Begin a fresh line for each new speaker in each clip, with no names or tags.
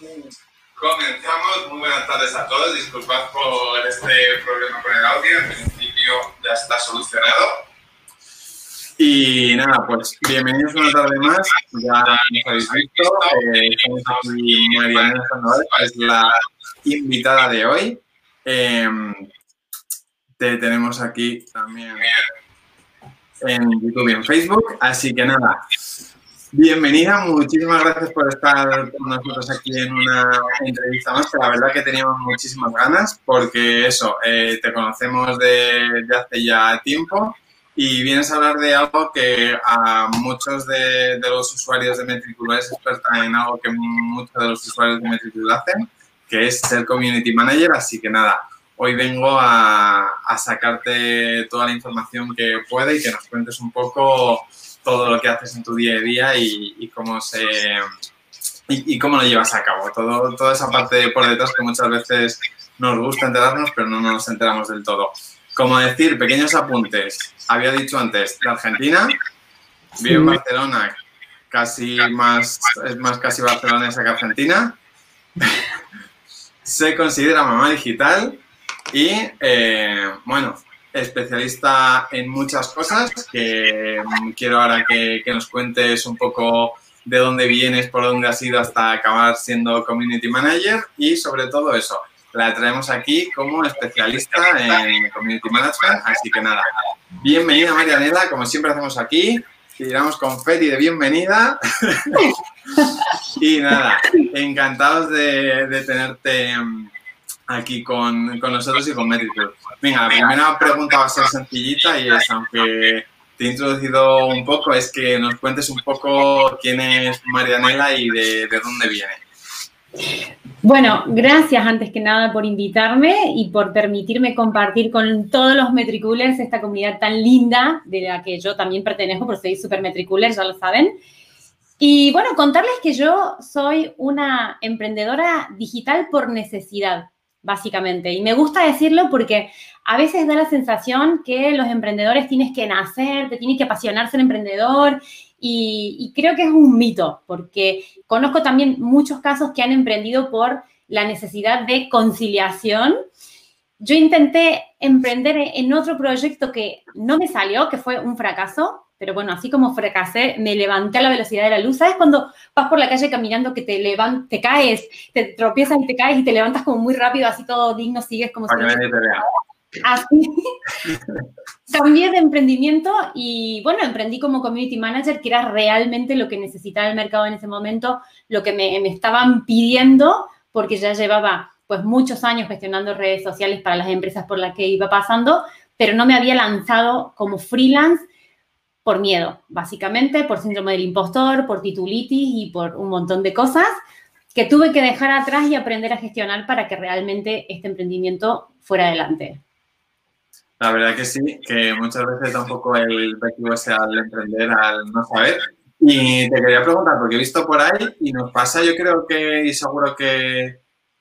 Comenzamos. Muy buenas tardes a todos. Disculpad por este problema con el audio. En principio ya está solucionado. Y nada, pues bienvenidos una tarde más. Ya nos habéis visto. Estamos aquí, Marianela Sandoval, es la invitada de hoy. Te tenemos aquí también en YouTube y en Facebook. Así que nada, bienvenida, muchísimas gracias por estar con nosotros aquí en una entrevista más, que la verdad que teníamos muchísimas ganas, porque eso, te conocemos de hace ya tiempo y vienes a hablar de algo que a muchos de los usuarios de Metricool es experta en algo que muchos de los usuarios de Metricool hacen, que es ser Community Manager, así que nada, hoy vengo a sacarte toda la información que pueda y que nos cuentes un poco todo lo que haces en tu día a día y cómo cómo lo llevas a cabo. Toda esa parte por detrás que muchas veces nos gusta enterarnos, pero no nos enteramos del todo. Como decir, pequeños apuntes. Había dicho antes, de Argentina, vivo en Barcelona, es más casi barcelonesa que argentina. Se considera mamá digital y, bueno, especialista en muchas cosas, que quiero ahora que nos cuentes un poco de dónde vienes, por dónde has ido hasta acabar siendo Community Manager y sobre todo eso, la traemos aquí como especialista en Community Management, así que nada, bienvenida Marianela, como siempre hacemos aquí, tiramos confeti de bienvenida y nada, encantados de tenerte aquí con nosotros y con Metricool. Venga, la primera pregunta va a ser sencillita y es, aunque te he introducido un poco, es que nos cuentes un poco quién es Marianela y de dónde viene.
Bueno, gracias antes que nada por invitarme y por permitirme compartir con todos los Metricoolers esta comunidad tan linda de la que yo también pertenezco, porque soy súper Metricooler, ya lo saben. Y bueno, contarles que yo soy una emprendedora digital por necesidad, básicamente. Y me gusta decirlo porque a veces da la sensación que los emprendedores tienes que nacer, te tienes que apasionar ser emprendedor y creo que es un mito porque conozco también muchos casos que han emprendido por la necesidad de conciliación. Yo intenté emprender en otro proyecto que no me salió, que fue un fracaso, pero bueno, así como fracasé, me levanté a la velocidad de la luz. ¿Sabes cuando vas por la calle caminando que te caes, te tropiezas y te caes y te levantas como muy rápido, así todo digno, sigues como si...
Para que nadie te vea.
Así. Cambié de emprendimiento y, bueno, emprendí como Community Manager, que era realmente lo que necesitaba el mercado en ese momento, lo que me estaban pidiendo, porque ya llevaba, pues, muchos años gestionando redes sociales para las empresas por las que iba pasando, pero no me había lanzado como freelance por miedo, básicamente, por síndrome del impostor, por titulitis y por un montón de cosas que tuve que dejar atrás y aprender a gestionar para que realmente este emprendimiento fuera adelante.
La verdad que sí, que muchas veces da un poco el vértigo ese al emprender, al no saber. Y te quería preguntar, porque he visto por ahí y nos pasa, yo creo que, y seguro que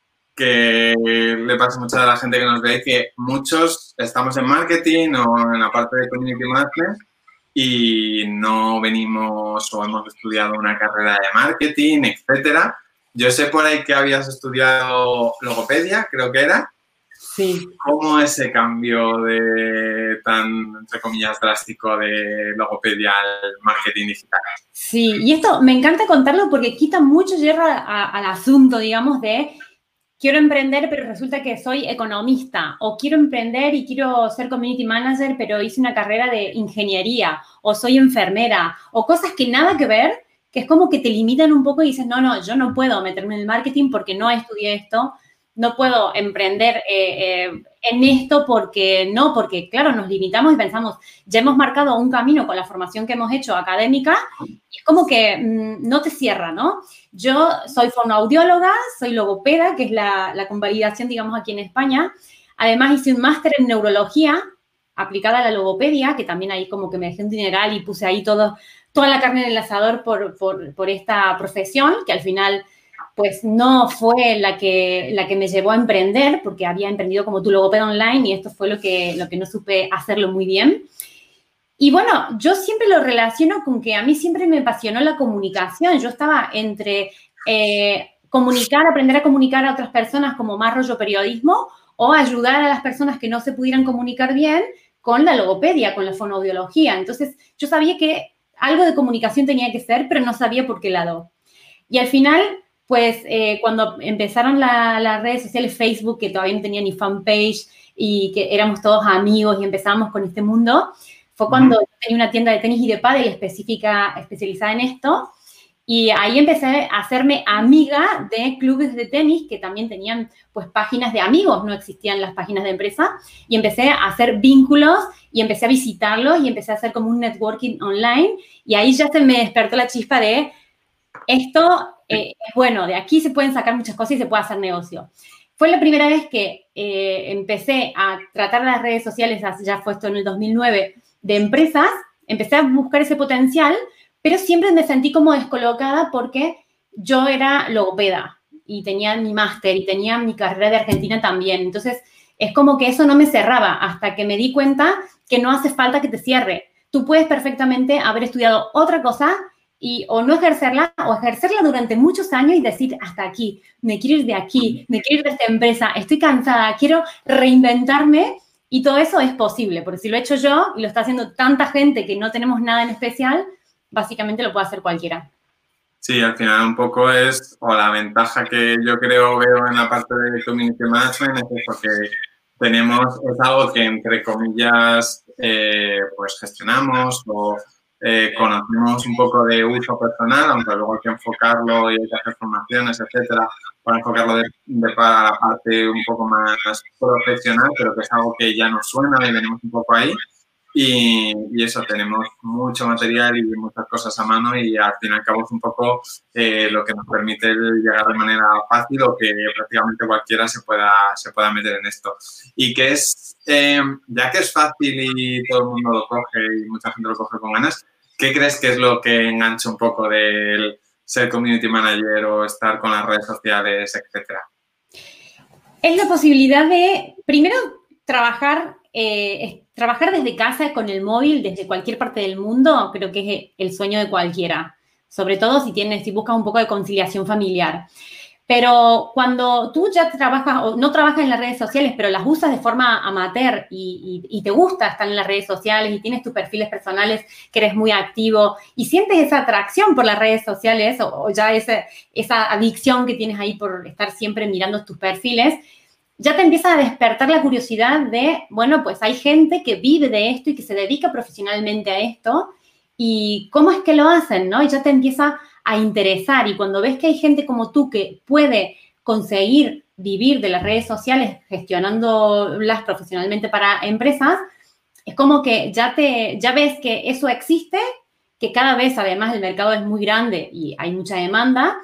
le pasa mucho a la gente que nos ve, que muchos estamos en marketing o en la parte de community management y no venimos o hemos estudiado una carrera de marketing, etcétera. Yo sé por ahí que habías estudiado logopedia, creo que era.
Sí.
¿Cómo ese cambio de tan, entre comillas, drástico de logopedia al marketing digital?
Sí, y esto me encanta contarlo porque quita mucho hierro al asunto, digamos, de quiero emprender, pero resulta que soy economista, o quiero emprender y quiero ser community manager, pero hice una carrera de ingeniería, o soy enfermera, o cosas que nada que ver, que es como que te limitan un poco y dices, no, yo no puedo meterme en el marketing porque no estudié esto, no puedo emprender en esto porque, claro, nos limitamos y pensamos, ya hemos marcado un camino con la formación que hemos hecho académica y es como que no te cierra, ¿no? Yo soy fonoaudióloga, soy logopeda, que es la convalidación, digamos, aquí en España. Además, hice un máster en neurología aplicada a la logopedia, que también ahí como que me dejé un dineral y puse ahí toda la carne en el asador por esta profesión, que al final pues no fue la que me llevó a emprender, porque había emprendido como tu logopeda online y esto fue lo que no supe hacerlo muy bien. Y bueno, yo siempre lo relaciono con que a mí siempre me apasionó la comunicación. Yo estaba entre aprender a comunicar a otras personas como más rollo periodismo o ayudar a las personas que no se pudieran comunicar bien con la logopedia, con la fonoaudiología. Entonces, yo sabía que algo de comunicación tenía que ser, pero no sabía por qué lado. Y al final, pues, cuando empezaron las redes sociales, Facebook, que todavía no tenía ni fanpage y que éramos todos amigos y empezamos con este mundo, fue cuando yo tenía una tienda de tenis y de pádel especializada en esto. Y ahí empecé a hacerme amiga de clubes de tenis que también tenían, pues, páginas de amigos, no existían las páginas de empresa, y empecé a hacer vínculos y empecé a visitarlos y empecé a hacer como un networking online, y ahí ya se me despertó la chispa de esto, bueno, de aquí se pueden sacar muchas cosas y se puede hacer negocio. Fue la primera vez que empecé a tratar las redes sociales, ya fue esto en el 2009, de empresas, empecé a buscar ese potencial, pero siempre me sentí como descolocada porque yo era logopeda y tenía mi máster y tenía mi carrera de Argentina también. Entonces, es como que eso no me cerraba hasta que me di cuenta que no hace falta que te cierre. Tú puedes perfectamente haber estudiado otra cosa y o no ejercerla o ejercerla durante muchos años y decir, hasta aquí, me quiero ir de aquí, me quiero ir de esta empresa, estoy cansada, quiero reinventarme. Y todo eso es posible, porque si lo he hecho yo y lo está haciendo tanta gente que no tenemos nada en especial, básicamente lo puede hacer cualquiera.
Sí, al final un poco es, o la ventaja que yo veo en la parte de Community Management es eso, que es algo que entre comillas pues gestionamos o conocemos un poco de uso personal, aunque luego hay que enfocarlo y hay que hacer formaciones, etcétera, para enfocarlo para la parte un poco más profesional, pero que es algo que ya nos suena y venimos un poco ahí. Y eso, tenemos mucho material y muchas cosas a mano y al fin y al cabo es un poco lo que nos permite llegar de manera fácil o que prácticamente cualquiera se pueda meter en esto. Y que es, ya que es fácil y todo el mundo lo coge y mucha gente lo coge con ganas, ¿qué crees que es lo que engancha un poco del ser community manager o estar con las redes sociales, etcétera?
Es la posibilidad de, primero, trabajar desde casa con el móvil, desde cualquier parte del mundo, creo que es el sueño de cualquiera. Sobre todo si buscas un poco de conciliación familiar. Pero cuando tú ya trabajas o no trabajas en las redes sociales, pero las usas de forma amateur y te gusta estar en las redes sociales y tienes tus perfiles personales que eres muy activo y sientes esa atracción por las redes sociales o ya esa adicción que tienes ahí por estar siempre mirando tus perfiles, ya te empieza a despertar la curiosidad de, bueno, pues hay gente que vive de esto y que se dedica profesionalmente a esto y cómo es que lo hacen, ¿no? Y ya te empieza a interesar y cuando ves que hay gente como tú que puede conseguir vivir de las redes sociales gestionándolas profesionalmente para empresas, es como que ya ves que eso existe, que cada vez además el mercado es muy grande y hay mucha demanda,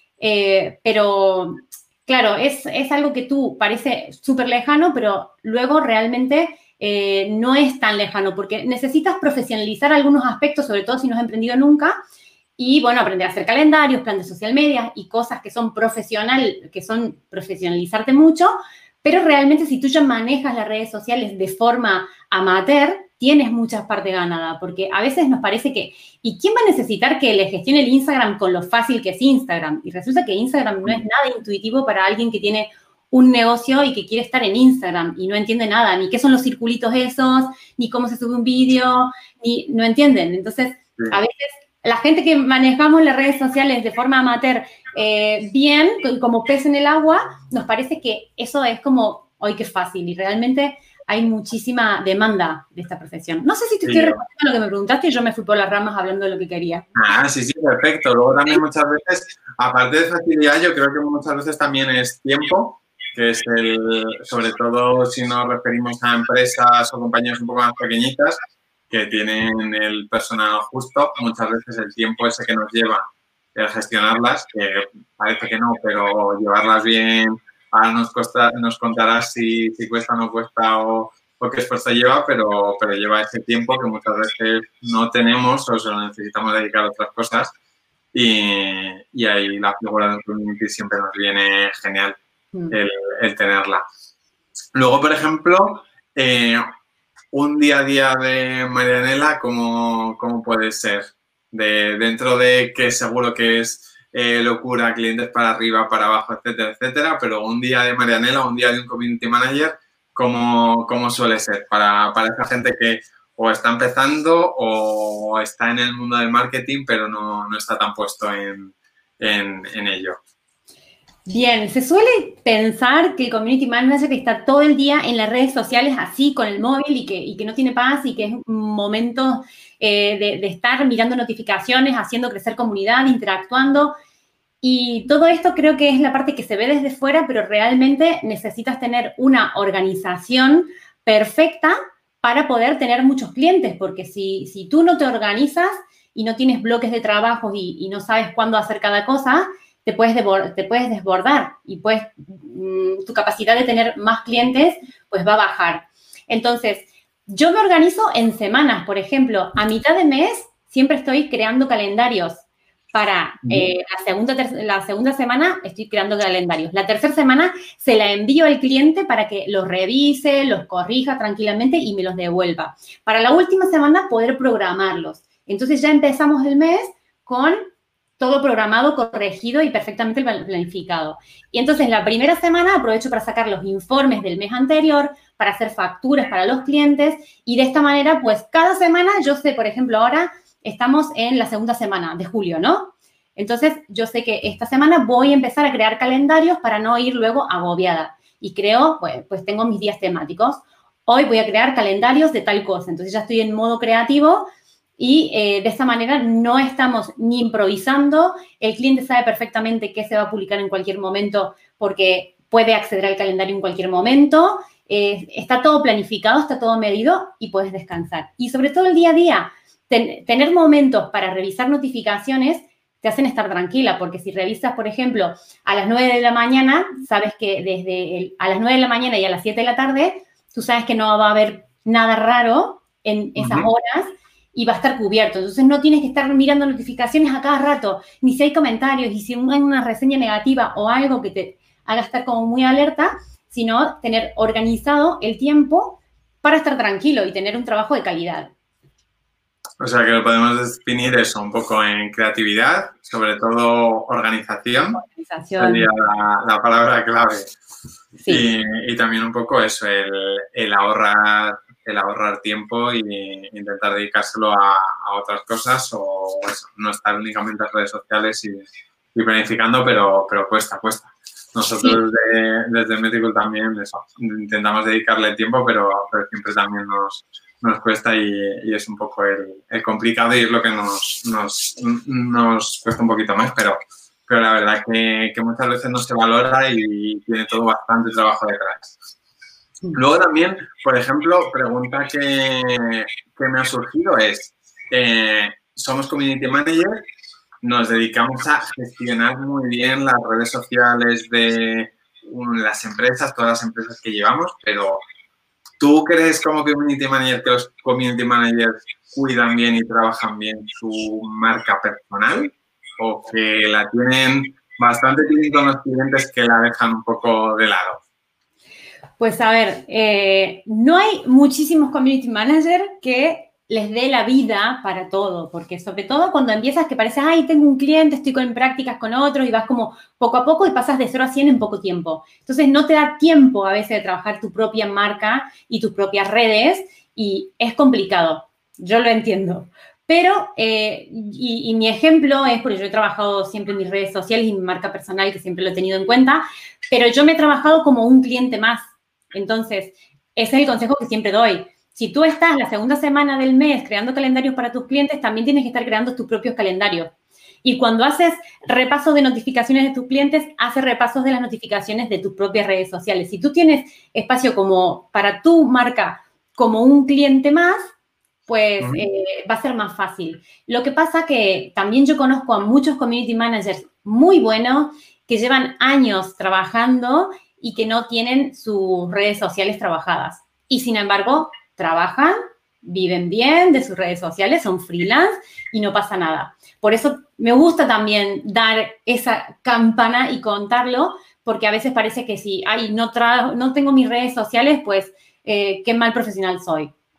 pero claro, es algo que tú parece súper lejano, pero luego realmente no es tan lejano porque necesitas profesionalizar algunos aspectos, sobre todo si no has emprendido nunca, y, bueno, aprender a hacer calendarios, plan de social media y cosas que son profesionalizarte mucho, pero realmente si tú ya manejas las redes sociales de forma amateur, tienes mucha parte ganada, porque a veces nos parece que, ¿y quién va a necesitar que le gestione el Instagram con lo fácil que es Instagram? Y resulta que Instagram no es nada intuitivo para alguien que tiene un negocio y que quiere estar en Instagram y no entiende nada, ni qué son los circulitos esos, ni cómo se sube un vídeo, ni no entienden. Entonces, a veces la gente que manejamos las redes sociales de forma amateur bien, como pez en el agua, nos parece que eso es como, ¡ay, qué fácil! Y realmente hay muchísima demanda de esta profesión. No sé si te estoy respondiendo a lo que me preguntaste y yo me fui por las ramas hablando de lo que quería.
Ah, sí, perfecto. Luego también muchas veces, aparte de facilidad, yo creo que muchas veces también es tiempo, que es sobre todo si nos referimos a empresas o compañías un poco más pequeñitas, que tienen el personal justo, muchas veces el tiempo ese que nos lleva el gestionarlas, que parece que no, pero llevarlas bien, ahora nos contarás si cuesta o no cuesta o qué esfuerzo lleva, pero lleva ese tiempo que muchas veces no tenemos o se lo necesitamos dedicar a otras cosas y ahí la figura del community siempre nos viene genial el tenerla. Luego, por ejemplo, un día a día de Marianela, ¿cómo puede ser? Dentro de que seguro que es locura, clientes para arriba, para abajo, etcétera, etcétera, pero un día de Marianela, un día de un community manager, ¿cómo suele ser para esa gente que o está empezando o está en el mundo del marketing, pero no está tan puesto en ello?
Bien, se suele pensar que el community manager está todo el día en las redes sociales así con el móvil y que no tiene paz y que es un momento de estar mirando notificaciones, haciendo crecer comunidad, interactuando. Y todo esto creo que es la parte que se ve desde fuera, pero realmente necesitas tener una organización perfecta para poder tener muchos clientes, porque si tú no te organizas y no tienes bloques de trabajo y no sabes cuándo hacer cada cosa, te puedes desbordar y tu capacidad de tener más clientes pues va a bajar. Entonces, yo me organizo en semanas, por ejemplo, a mitad de mes siempre estoy creando calendarios. Para la segunda semana estoy creando calendarios. La tercera semana se la envío al cliente para que los revise, los corrija tranquilamente y me los devuelva. Para la última semana poder programarlos. Entonces ya empezamos el mes con todo programado, corregido y perfectamente planificado. Y entonces la primera semana aprovecho para sacar los informes del mes anterior, para hacer facturas para los clientes y de esta manera, pues cada semana yo sé, por ejemplo, ahora estamos en la segunda semana de julio, ¿no? Entonces yo sé que esta semana voy a empezar a crear calendarios para no ir luego agobiada. Y creo, pues tengo mis días temáticos. Hoy voy a crear calendarios de tal cosa. Entonces ya estoy en modo creativo. Y de esta manera no estamos ni improvisando, el cliente sabe perfectamente qué se va a publicar en cualquier momento porque puede acceder al calendario en cualquier momento, está todo planificado, está todo medido y puedes descansar. Y sobre todo el día a día, tener momentos para revisar notificaciones te hacen estar tranquila, porque si revisas, por ejemplo, a las 9 de la mañana, sabes que a las 9 de la mañana y a las 7 de la tarde, tú sabes que no va a haber nada raro en esas horas, y va a estar cubierto. Entonces, no tienes que estar mirando notificaciones a cada rato, ni si hay comentarios, y si hay una reseña negativa o algo que te haga estar como muy alerta, sino tener organizado el tiempo para estar tranquilo y tener un trabajo de calidad.
O sea, que lo podemos definir eso un poco en creatividad, sobre todo organización. Sería la palabra clave. Sí. Y también un poco eso, el ahorrar tiempo e intentar dedicárselo a otras cosas o eso, no estar únicamente en redes sociales y planificando, pero cuesta. Nosotros desde Metricool también eso, intentamos dedicarle tiempo, pero siempre también nos cuesta y es un poco el complicado y es lo que nos cuesta un poquito más, pero la verdad que muchas veces no se valora y tiene todo bastante trabajo detrás. Luego también, por ejemplo, pregunta que me ha surgido es, somos community manager, nos dedicamos a gestionar muy bien las redes sociales de las empresas, todas las empresas que llevamos, pero ¿tú crees como community manager que los community managers cuidan bien y trabajan bien su marca personal o que la tienen bastante bien con los clientes que la dejan un poco de lado?
Pues a ver, no hay muchísimos community managers que les dé la vida para todo, porque sobre todo cuando empiezas que parece, ay, tengo un cliente, estoy en prácticas con otros y vas como poco a poco y pasas de 0 a 100 en poco tiempo. Entonces no te da tiempo a veces de trabajar tu propia marca y tus propias redes y es complicado, yo lo entiendo. Pero, y mi ejemplo es porque yo he trabajado siempre en mis redes sociales y mi marca personal, que siempre lo he tenido en cuenta, pero yo me he trabajado como un cliente más. Entonces, ese es el consejo que siempre doy. Si tú estás la segunda semana del mes creando calendarios para tus clientes, también tienes que estar creando tus propios calendarios. Y cuando haces repasos de notificaciones de tus clientes, haces repasos de las notificaciones de tus propias redes sociales. Si tú tienes espacio como para tu marca como un cliente más, pues va a ser más fácil. Lo que pasa que también yo conozco a muchos community managers muy buenos que llevan años trabajando y que no tienen sus redes sociales trabajadas. Y sin embargo, trabajan, viven bien de sus redes sociales, son freelance y no pasa nada. Por eso me gusta también dar esa campana y contarlo, porque a veces parece que si no tengo mis redes sociales, pues qué mal profesional soy.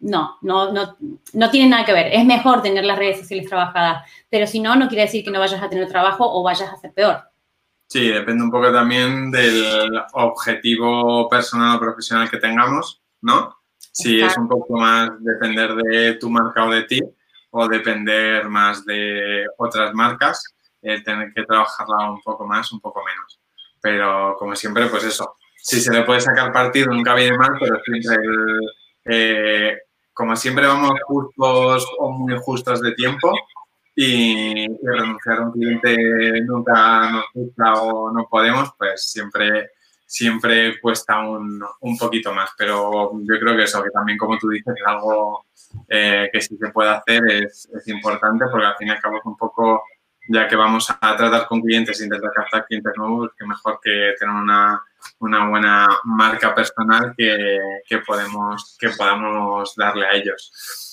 no tiene nada que ver. Es mejor tener las redes sociales trabajadas, pero si no, no quiere decir que no vayas a tener trabajo o vayas a ser peor.
Sí, depende un poco también del objetivo personal o profesional que tengamos, ¿no? Si es un poco más depender de tu marca o de ti, o depender más de otras marcas, tener que trabajarla un poco más, un poco menos. Pero, como siempre, pues eso. Si se le puede sacar partido, nunca viene mal, pero siempre, como siempre vamos justos o muy justos de tiempo, y renunciar a un cliente nunca nos gusta o no podemos, pues siempre cuesta un poquito más. Pero yo creo que eso, que también, como tú dices, es algo que sí se puede hacer, es importante, porque al fin y al cabo es un poco, ya que vamos a tratar con clientes e intentar captar clientes nuevos, que mejor que tener una buena marca personal que podamos darle a ellos.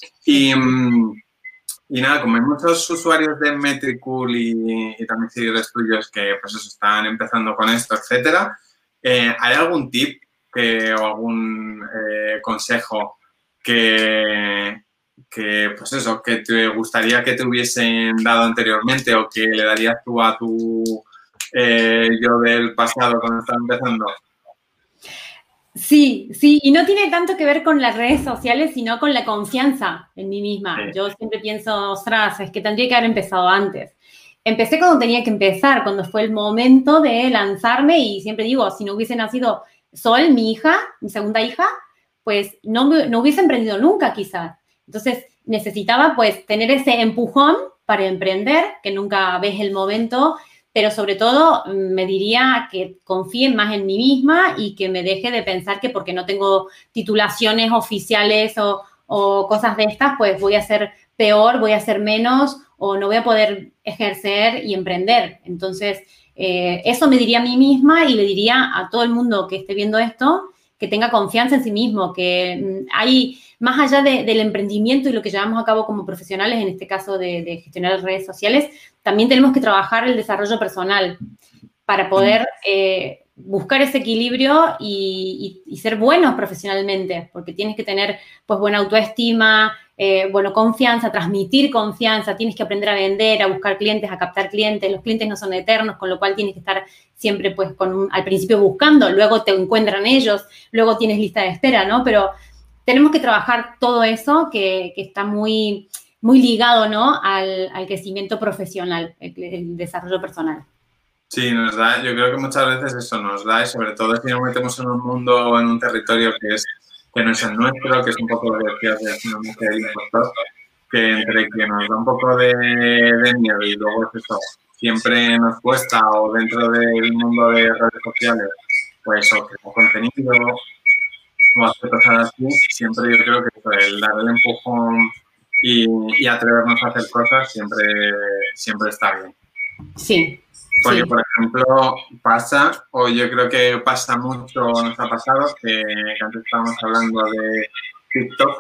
Y nada, como hay muchos usuarios de Metricool y también seguidores tuyos que pues eso, están empezando con esto, etcétera, ¿hay algún tip o algún consejo que pues eso, que te gustaría que te hubiesen dado anteriormente o que le darías tú a tu yo del pasado cuando estaba empezando?
Sí, y no tiene tanto que ver con las redes sociales, sino con la confianza en mí misma. Sí. Yo siempre pienso, ostras, es que tendría que haber empezado antes. Empecé cuando tenía que empezar, cuando fue el momento de lanzarme, y siempre digo, si no hubiese nacido Sol, mi hija, mi segunda hija, pues no hubiese emprendido nunca, quizás. Entonces, necesitaba, pues, tener ese empujón para emprender, que nunca ves el momento, pero sobre todo me diría que confíe más en mí misma y que me deje de pensar que porque no tengo titulaciones oficiales o cosas de estas, pues voy a ser peor, voy a ser menos o no voy a poder ejercer y emprender. Entonces, eso me diría a mí misma y le diría a todo el mundo que esté viendo esto que tenga confianza en sí mismo, que hay, más allá del emprendimiento y lo que llevamos a cabo como profesionales, en este caso de gestionar redes sociales, también tenemos que trabajar el desarrollo personal para poder buscar ese equilibrio y ser buenos profesionalmente, porque tienes que tener pues buena autoestima, confianza, transmitir confianza, tienes que aprender a vender, a buscar clientes, a captar clientes. Los clientes no son eternos, con lo cual tienes que estar siempre pues al principio buscando, luego te encuentran ellos, luego tienes lista de espera, ¿no? Pero tenemos que trabajar todo eso que está muy, muy ligado, ¿no? al crecimiento profesional, el desarrollo personal.
Sí, nos da, yo creo que muchas veces eso nos da, y sobre todo si nos metemos en un mundo, en un territorio que no es el nuestro, que es un poco lo que decías de síndrome del impostor, que entre que nos da un poco de miedo y luego es eso, siempre nos cuesta, o dentro del mundo de redes sociales, pues o crear contenido o hacer cosas así, siempre yo creo que el dar el empujón y atrevernos a hacer cosas siempre está bien.
Sí.
Porque,
sí.
por ejemplo, pasa, o yo creo que pasa mucho, nos ha pasado, que antes estábamos hablando de TikTok.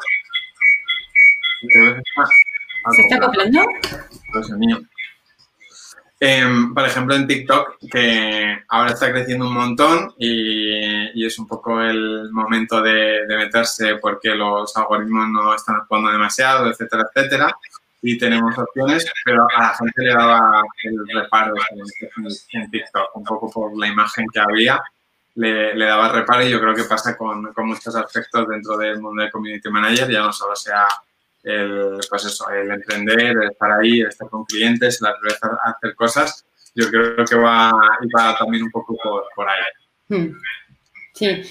¿Se está acoplando?
Pues el mío. Por ejemplo, en TikTok, que ahora está creciendo un montón y es un poco el momento de meterse porque los algoritmos no están actuando demasiado, etcétera, etcétera. Y tenemos opciones, pero a la gente le daba el reparo en TikTok, un poco por la imagen que había, le daba reparo, y yo creo que pasa con muchos aspectos dentro del mundo de Community Manager, ya no solo sea el emprender, el estar ahí, el estar con clientes, el hacer cosas. Yo creo que va también un poco por ahí.
Sí,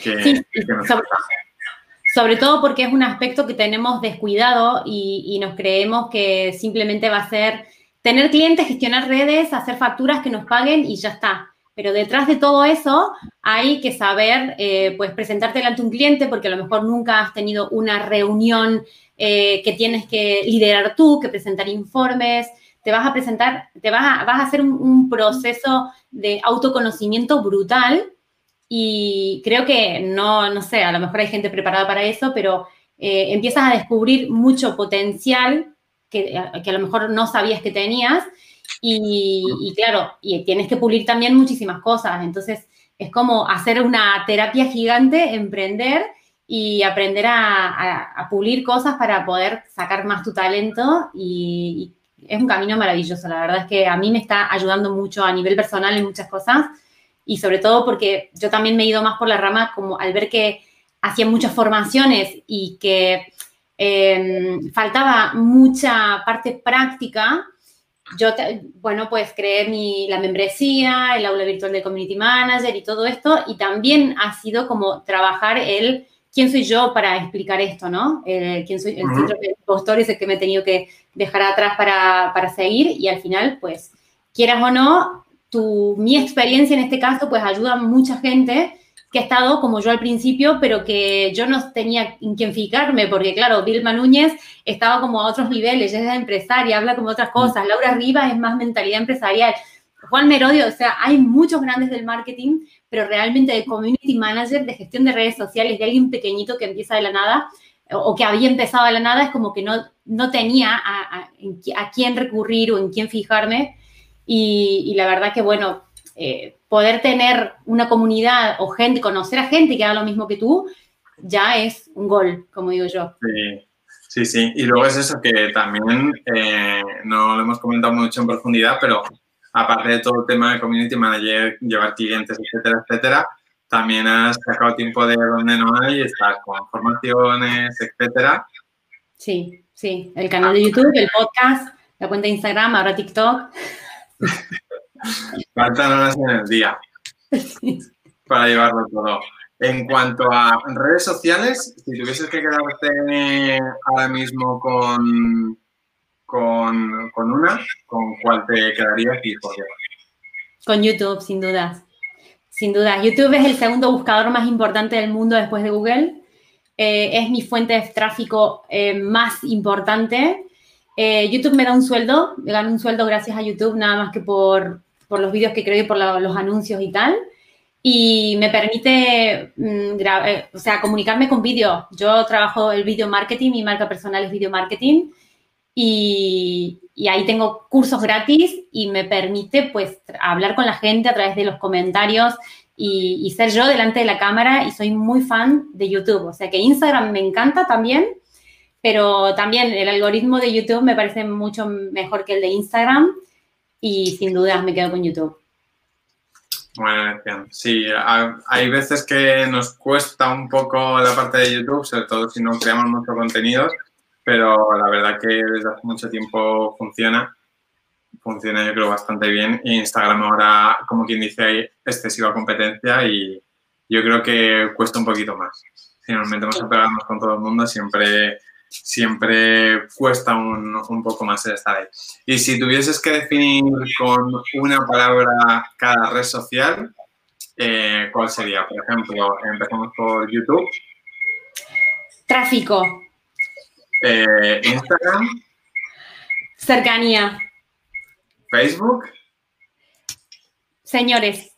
sobre todo porque es un aspecto que tenemos descuidado y nos creemos que simplemente va a ser tener clientes, gestionar redes, hacer facturas que nos paguen y ya está. Pero detrás de todo eso hay que saber, pues, presentarte delante de un cliente, porque a lo mejor nunca has tenido una reunión que tienes que liderar tú, que presentar informes. Te vas a presentar, vas a hacer un proceso de autoconocimiento brutal. Y creo que no sé, a lo mejor hay gente preparada para eso, pero empiezas a descubrir mucho potencial que a lo mejor no sabías que tenías y claro, y tienes que pulir también muchísimas cosas. Entonces, es como hacer una terapia gigante, emprender y aprender a pulir cosas para poder sacar más tu talento y es un camino maravilloso. La verdad es que a mí me está ayudando mucho a nivel personal en muchas cosas y sobre todo porque yo también me he ido más por la rama como al ver que hacía muchas formaciones y que faltaba mucha parte práctica. Yo, bueno, pues creé la membresía, el aula virtual de Community Manager y todo esto, y también ha sido como trabajar el quién soy yo para explicar esto, ¿no? Quién soy, el síndrome del impostor es el que me he tenido que dejar atrás para seguir, y al final, pues, quieras o no, mi experiencia en este caso, pues, ayuda a mucha gente que ha estado como yo al principio, pero que yo no tenía en quién fijarme, porque claro, Vilma Núñez estaba como a otros niveles, ella es empresaria, habla como otras cosas, Laura Rivas es más mentalidad empresarial, Juan Merodio, o sea, hay muchos grandes del marketing, pero realmente de community manager, de gestión de redes sociales, de alguien pequeñito que empieza de la nada, o que había empezado de la nada, es como que no tenía a quién recurrir o en quién fijarme, y la verdad que, bueno, poder tener una comunidad o gente, conocer a gente que haga lo mismo que tú, ya es un gol, como digo yo.
Sí. Y luego es eso que también no lo hemos comentado mucho en profundidad, pero aparte de todo el tema de community manager, llevar clientes, etcétera, también has sacado tiempo de donde no hay, estás con formaciones, etcétera.
Sí. El canal de YouTube, el podcast, la cuenta de Instagram, ahora TikTok.
Faltan horas en el día para llevarlo todo. En cuanto a redes sociales, si tuvieses que quedarte ahora mismo con una, ¿con cuál te quedarías y por qué?
Con YouTube, sin dudas. Sin duda. YouTube es el segundo buscador más importante del mundo después de Google. Es mi fuente de tráfico más importante. YouTube me da un sueldo, me gano un sueldo gracias a YouTube, nada más que por los vídeos que creo y por los anuncios y tal. Y me permite, comunicarme con vídeo. Yo trabajo el video marketing, mi marca personal es video marketing. Y ahí tengo cursos gratis y me permite, pues, hablar con la gente a través de los comentarios y ser yo delante de la cámara, y soy muy fan de YouTube. O sea que Instagram me encanta también, pero también el algoritmo de YouTube me parece mucho mejor que el de Instagram y sin duda me quedo con YouTube.
Bueno, sí, hay veces que nos cuesta un poco la parte de YouTube, sobre todo si no creamos mucho contenido, pero la verdad que desde hace mucho tiempo funciona yo creo bastante bien. Instagram ahora, como quien dice, hay excesiva competencia y yo creo que cuesta un poquito más. Si nos metemos a pegarnos con todo el mundo, siempre cuesta un poco más el estar ahí. Y si tuvieses que definir con una palabra cada red social, ¿cuál sería? Por ejemplo, empezamos por YouTube.
Tráfico.
Instagram.
Cercanía.
Facebook.
Señores.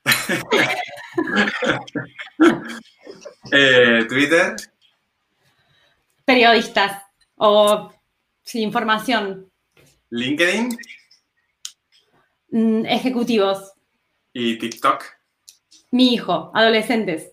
Twitter.
Periodistas o información.
LinkedIn.
Ejecutivos.
¿Y TikTok?
Mi hijo, adolescentes.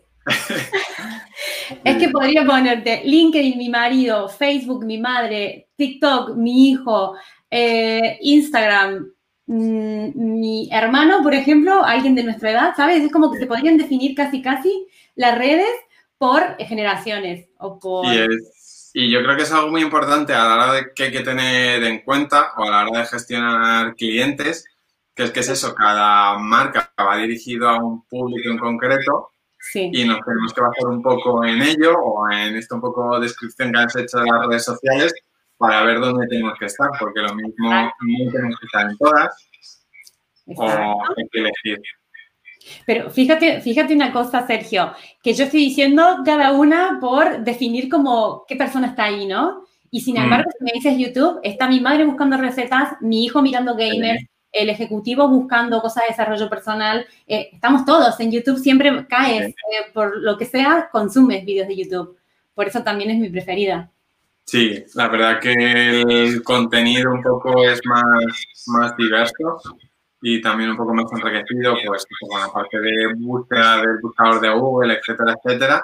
Es que podría ponerte LinkedIn, mi marido, Facebook, mi madre, TikTok, mi hijo, Instagram, mi hermano, por ejemplo, alguien de nuestra edad, ¿sabes? Es como que se podrían definir casi las redes por generaciones o por...
Y yo creo que es algo muy importante a la hora de que hay que tener en cuenta o a la hora de gestionar clientes, que es eso, cada marca va dirigido a un público en concreto.
Sí.
Y nos tenemos que basar un poco en ello o en esto un poco descripción que has hecho de las redes sociales para ver dónde tenemos que estar, porque lo mismo no tenemos que estar en todas. Exacto. O hay que elegir.
Pero fíjate una cosa, Sergio, que yo estoy diciendo cada una por definir como qué persona está ahí, ¿no? Y sin embargo, si me dices YouTube, está mi madre buscando recetas, mi hijo mirando gamers, el ejecutivo buscando cosas de desarrollo personal. Estamos todos en YouTube, siempre caes, por lo que sea, consumes vídeos de YouTube. Por eso también es mi preferida.
Sí, la verdad que el contenido un poco es más diverso y también un poco más enriquecido, pues, bueno, aparte de búsqueda del buscador de Google, etcétera,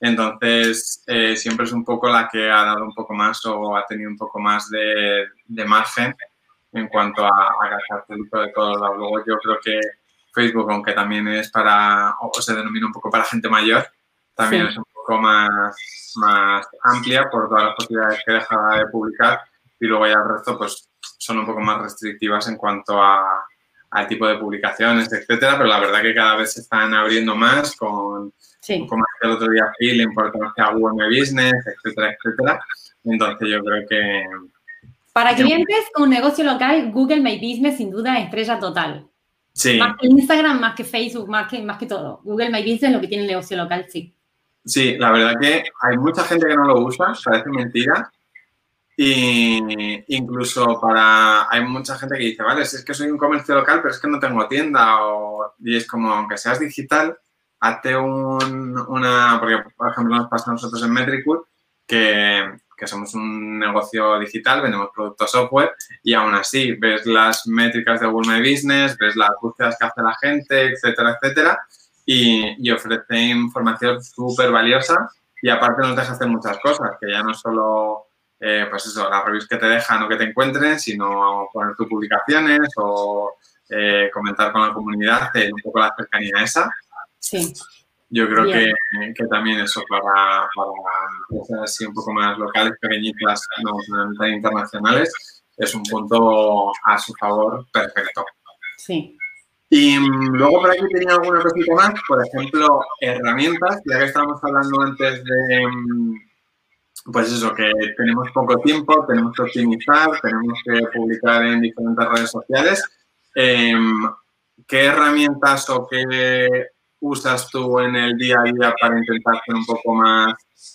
Entonces, siempre es un poco la que ha dado un poco más o ha tenido un poco más de margen en cuanto a gastar público de todos lados. Luego yo creo que Facebook, aunque también es o se denomina un poco para gente mayor, también es un poco más amplia por todas las posibilidades que deja de publicar, y luego ya el resto pues son un poco más restrictivas en cuanto al tipo de publicaciones, etcétera, pero la verdad que cada vez se están abriendo más con, como el otro día, la importancia a Google My Business, etcétera, etcétera. Entonces yo creo que...
Para clientes con un negocio local, Google My Business sin duda es estrella total.
Sí.
Más que Instagram, más que Facebook, más que todo. Google My Business es lo que tiene el negocio local, sí.
Sí, la verdad que hay mucha gente que no lo usa, parece mentira. Y incluso hay mucha gente que dice, vale, si es que soy un comercio local, pero es que no tengo tienda. Y es como, aunque seas digital, hazte porque, por ejemplo, nos pasa a nosotros en Metricool que somos un negocio digital, vendemos productos software, y aún así ves las métricas de Google My Business, ves las búsquedas que hace la gente, etcétera, etcétera, y ofrece información súper valiosa, y aparte nos deja hacer muchas cosas, que ya no solo... pues eso, las reviews que te dejan o que te encuentren, sino poner tus publicaciones o comentar con la comunidad, un poco la cercanía esa.
Sí.
Yo creo que también eso para empresas así un poco más locales, pequeñitas, no tan internacionales, es un punto a su favor perfecto.
Sí.
Y luego por aquí tenía alguna cosita más, por ejemplo, herramientas, ya que estábamos hablando antes de... Pues eso, que tenemos poco tiempo, tenemos que optimizar, tenemos que publicar en diferentes redes sociales. ¿Qué herramientas o qué usas tú en el día a día para intentar ser un poco más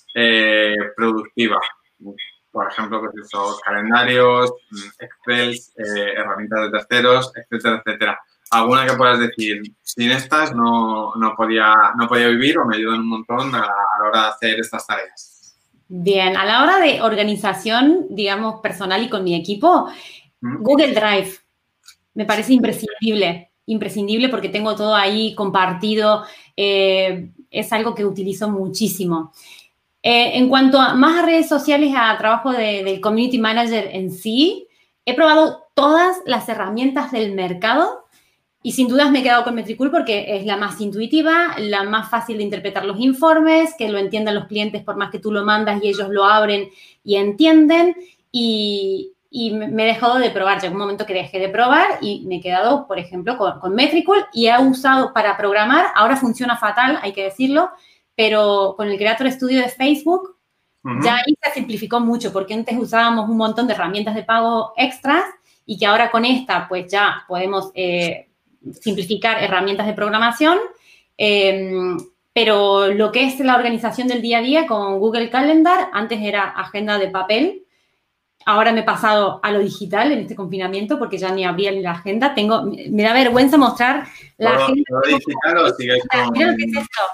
productiva? Por ejemplo, pues eso, calendarios, Excel, herramientas de terceros, etcétera, etcétera. ¿Alguna que puedas decir, sin estas no podía vivir o me ayudan un montón a la hora de hacer estas tareas?
Bien, a la hora de organización, digamos, personal y con mi equipo, Google Drive me parece imprescindible porque tengo todo ahí compartido, es algo que utilizo muchísimo. En cuanto más a redes sociales, a trabajo del Community Manager en sí, he probado todas las herramientas del mercado y sin dudas me he quedado con Metricool porque es la más intuitiva, la más fácil de interpretar los informes, que lo entiendan los clientes por más que tú lo mandas y ellos lo abren y entienden. Y me he dejado de probar. Llegó un momento que dejé de probar y me he quedado, por ejemplo, con Metricool y he usado para programar. Ahora funciona fatal, hay que decirlo, pero con el Creator Studio de Facebook ya ahí se simplificó mucho porque antes usábamos un montón de herramientas de pago extras y que ahora con esta pues ya podemos... simplificar herramientas de programación, pero lo que es la organización del día a día con Google Calendar, antes era agenda de papel, ahora me he pasado a lo digital en este confinamiento porque ya ni abría la agenda, me da vergüenza mostrar la agenda.
¿Todo digital o sigues con...?
Mira lo que es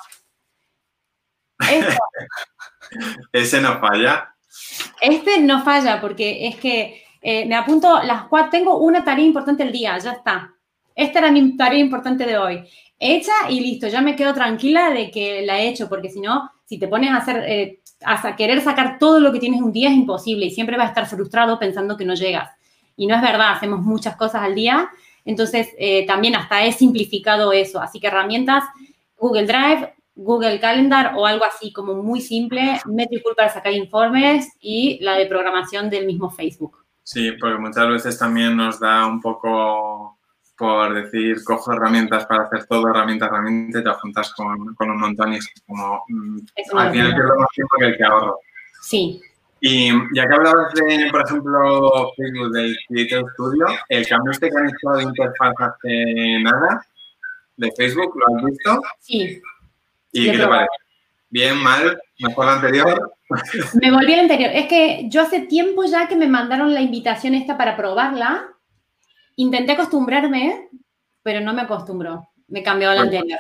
esto.
Ese no falla.
Este no falla porque es que me apunto tengo una tarea importante el día, ya está. Esta era mi tarea importante de hoy. Hecha y listo. Ya me quedo tranquila de que la he hecho, porque si no, si te pones a hacer, a querer sacar todo lo que tienes un día es imposible y siempre vas a estar frustrado pensando que no llegas. Y no es verdad, hacemos muchas cosas al día. Entonces, también hasta he simplificado eso. Así que herramientas, Google Drive, Google Calendar o algo así como muy simple, Metricool para sacar informes y la de programación del mismo Facebook.
Sí, porque muchas veces también nos da un poco... por decir, cojo herramientas para hacer todo, herramienta, y te juntas con un montón y es como, al final pierdo más tiempo que el que ahorro.
Sí.
Y ya que hablabas de, por ejemplo, Facebook del Creator Studio, el cambio que han hecho de interfaz hace nada, de Facebook, ¿lo has visto?
Sí.
¿Y qué te parece? ¿Bien, mal, mejor la anterior?
Me volví al anterior. Es que yo hace tiempo ya que me mandaron la invitación esta para probarla. Intenté acostumbrarme, pero no me acostumbró. Me cambió al anterior.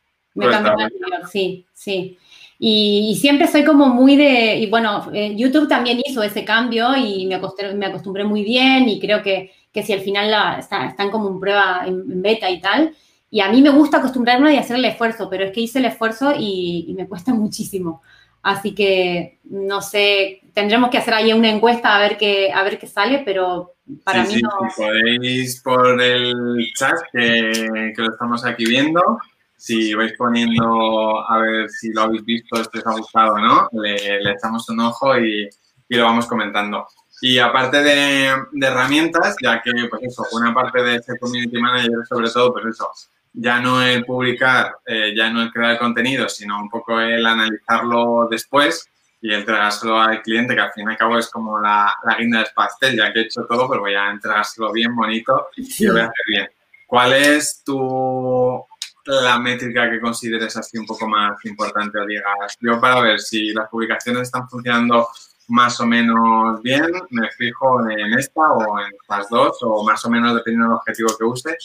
Sí, sí. Y siempre soy como muy de... Y bueno, YouTube también hizo ese cambio y me acostumbré muy bien y creo que si al final están como en prueba, en beta y tal. Y a mí me gusta acostumbrarme y hacer el esfuerzo, pero es que hice el esfuerzo y me cuesta muchísimo. Así que, no sé, tendremos que hacer ahí una encuesta a ver qué sale, pero para mí no...
Si podéis por el chat, que lo estamos aquí viendo, si vais poniendo a ver si lo habéis visto, si os ha gustado o no, le echamos un ojo y lo vamos comentando. Y aparte de herramientas, ya que, pues eso, una parte de ser community manager, sobre todo, pues eso, ya no el publicar, ya no el crear contenido, sino un poco el analizarlo después y entregárselo al cliente, que al fin y al cabo es como la guinda del pastel, ya que he hecho todo, pero voy a entregárselo bien bonito y lo voy a hacer bien. ¿Cuál es la métrica que consideres así un poco más importante o digas? Yo, para ver si las publicaciones están funcionando más o menos bien, me fijo en esta o en estas dos, o más o menos dependiendo del objetivo que use.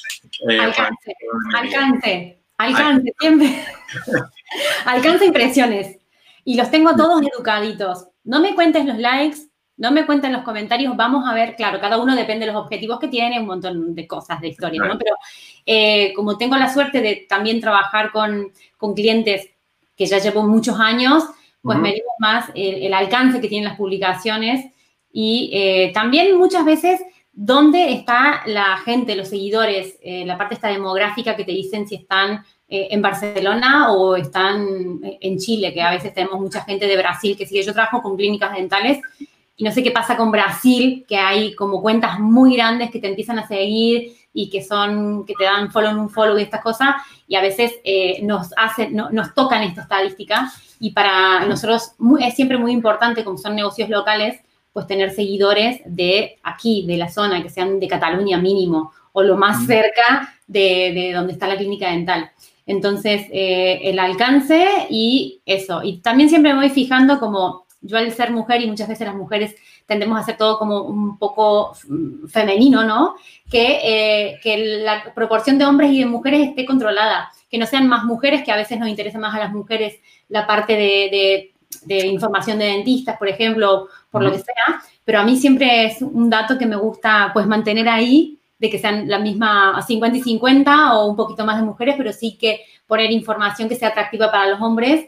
Alcance, siempre. Alcance impresiones. Y los tengo todos educaditos. No me cuentes los likes, no me cuenten los comentarios. Vamos a ver, claro, cada uno depende de los objetivos que tiene, un montón de cosas, de historias, ¿no? Pero como tengo la suerte de también trabajar con clientes que ya llevo muchos años, pues me digo más el alcance que tienen las publicaciones y también muchas veces dónde está la gente, los seguidores, la parte esta demográfica que te dicen si están en Barcelona o están en Chile, que a veces tenemos mucha gente de Brasil que sigue. Yo trabajo con clínicas dentales y no sé qué pasa con Brasil, que hay como cuentas muy grandes que te empiezan a seguir y que te dan follow en un follow y estas cosas, y a veces nos tocan esta estadística, y para nosotros es siempre muy importante, como son negocios locales, pues tener seguidores de aquí, de la zona, que sean de Cataluña mínimo, o lo más cerca de donde está la clínica dental. Entonces, el alcance y eso. Y también siempre me voy fijando como yo al ser mujer, y muchas veces las mujeres tendemos a hacer todo como un poco femenino, ¿no? Que la proporción de hombres y de mujeres esté controlada. Que no sean más mujeres, que a veces nos interesa más a las mujeres la parte de información de dentistas, por ejemplo, por lo que sea. Pero a mí siempre es un dato que me gusta, pues, mantener ahí, de que sean la misma 50 y 50 o un poquito más de mujeres, pero sí que poner información que sea atractiva para los hombres.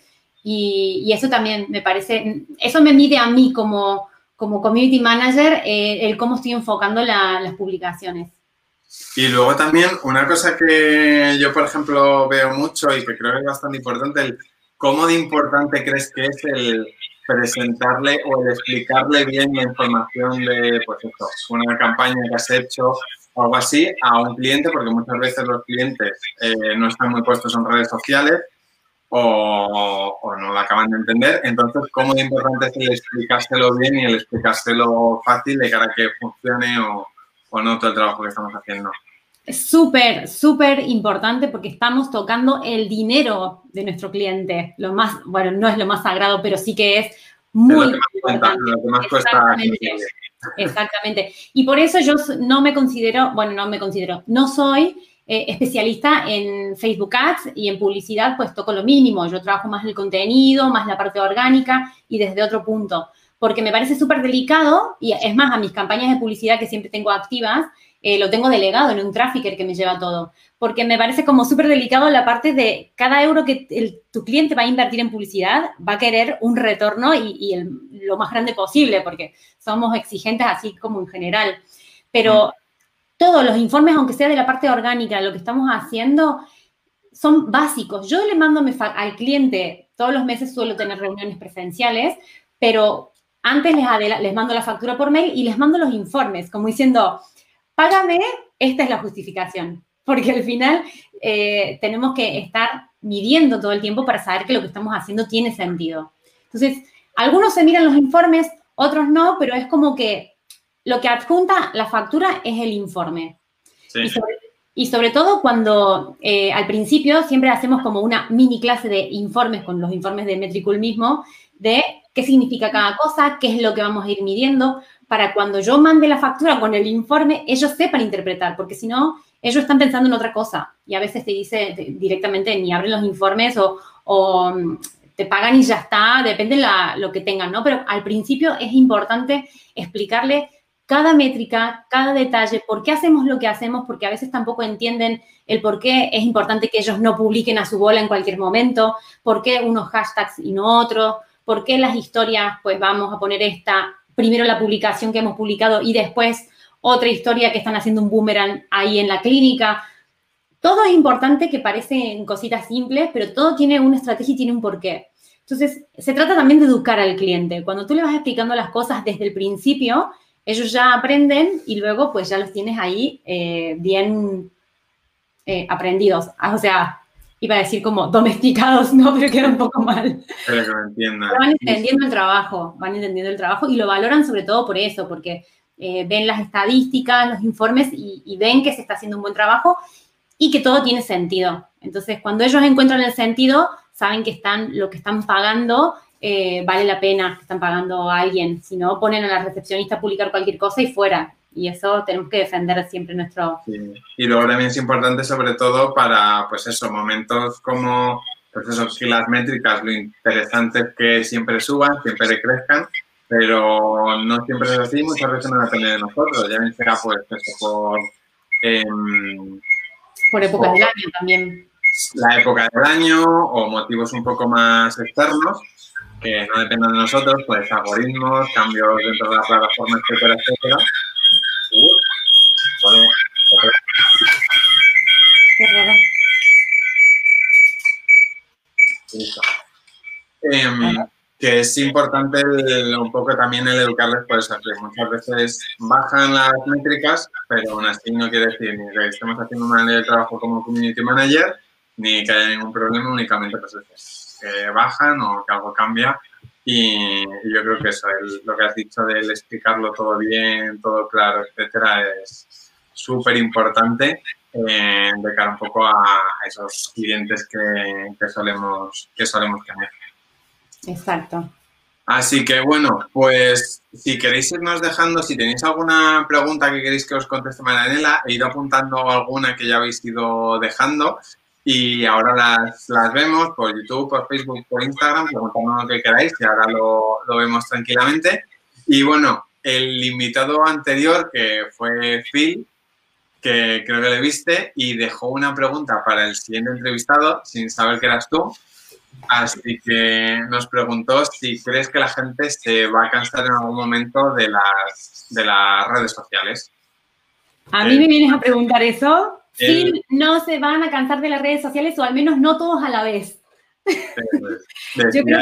Y eso también me parece, eso me mide a mí como community manager, el cómo estoy enfocando las publicaciones.
Y luego también una cosa que yo, por ejemplo, veo mucho y que creo que es bastante importante, ¿cómo de importante crees que es el presentarle o el explicarle bien la información de, pues esto, una campaña que has hecho o algo así a un cliente? Porque muchas veces los clientes no están muy puestos en redes sociales o no lo acaban de entender. Entonces, ¿cómo de importante es el explicárselo bien y el explicárselo fácil de cara a que funcione o no todo el trabajo que estamos haciendo?
Es súper, súper importante porque estamos tocando el dinero de nuestro cliente. Lo más, bueno, no es lo más sagrado, pero sí que es muy importante.
Lo que más cuesta.
Exactamente. Y por eso yo no soy especialista en Facebook Ads y en publicidad, pues toco lo mínimo. Yo trabajo más el contenido, más la parte orgánica y desde otro punto. Porque me parece súper delicado, y es más, a mis campañas de publicidad que siempre tengo activas, lo tengo delegado en un trafficker que me lleva todo. Porque me parece como súper delicado la parte de cada euro que tu cliente va a invertir en publicidad, va a querer un retorno y lo más grande posible, porque somos exigentes así como en general. Pero todos los informes, aunque sea de la parte orgánica, lo que estamos haciendo, son básicos. Yo le mando al cliente, todos los meses suelo tener reuniones presenciales, pero antes les mando la factura por mail y les mando los informes, como diciendo, págame, esta es la justificación. Porque al final tenemos que estar midiendo todo el tiempo para saber que lo que estamos haciendo tiene sentido. Entonces, algunos se miran los informes, otros no, pero es como que lo que adjunta la factura es el informe. Sí. Y sobre todo cuando al principio siempre hacemos como una mini clase de informes con los informes de Metricool mismo, de qué significa cada cosa, qué es lo que vamos a ir midiendo, para cuando yo mande la factura con el informe, ellos sepan interpretar, porque si no, ellos están pensando en otra cosa. Y a veces te dice directamente ni abren los informes o te pagan y ya está, depende lo que tengan, ¿no? Pero al principio es importante explicarle cada métrica, cada detalle, por qué hacemos lo que hacemos, porque a veces tampoco entienden el por qué es importante que ellos no publiquen a su bola en cualquier momento, por qué unos hashtags y no otros, por qué las historias, pues vamos a poner primero la publicación que hemos publicado y después otra historia que están haciendo un boomerang ahí en la clínica. Todo es importante, que parecen cositas simples, pero todo tiene una estrategia y tiene un porqué. Entonces, se trata también de educar al cliente. Cuando tú le vas explicando las cosas desde el principio, ellos ya aprenden y luego pues ya los tienes ahí bien aprendidos. O sea, iba a decir como domesticados, no, pero queda un poco mal.
Pero que lo entiendan.
Van entendiendo el trabajo y lo valoran sobre todo por eso, porque ven las estadísticas, los informes y ven que se está haciendo un buen trabajo y que todo tiene sentido. Entonces, cuando ellos encuentran el sentido, saben que lo que están pagando vale la pena, que están pagando a alguien. Si no, ponen a la recepcionista a publicar cualquier cosa y fuera. Y eso tenemos que defender siempre nuestro...
Sí. Y luego también es importante, sobre todo, para, pues eso, momentos como, pues eso, que las métricas, lo interesante es que siempre suban, siempre crezcan, pero no siempre es así, muchas veces no depende de nosotros, ya bien sea, pues, eso,
por épocas del año también.
La época del año o motivos un poco más externos que no dependen de nosotros, pues algoritmos, cambios dentro de la plataforma, etcétera, etcétera. Bueno,
Qué raro.
Que es importante un poco también el educarles por eso, que muchas veces bajan las métricas, pero aún así no quiere decir ni que estemos haciendo mal el trabajo como community manager, ni que haya ningún problema, únicamente pues eso, que bajan o que algo cambia. Y yo creo que eso, lo que has dicho del explicarlo todo bien, todo claro, etcétera, es súper importante de cara un poco a esos clientes que solemos tener.
Exacto.
Así que, bueno, pues si queréis irnos dejando, si tenéis alguna pregunta que queréis que os conteste Marianela, he ido apuntando alguna que ya habéis ido dejando y ahora las vemos por YouTube, por Facebook, por Instagram, preguntadnos lo que queráis y ahora lo vemos tranquilamente. Y bueno, el invitado anterior, que fue Phil, que creo que le viste, y dejó una pregunta para el siguiente entrevistado, sin saber que eras tú. Así que nos preguntó si crees que la gente se va a cansar en algún momento de las redes sociales.
¿A mí me vienes a preguntar eso? Sí, no se van a cansar de las redes sociales, o al menos no todos a la vez.
Yo creo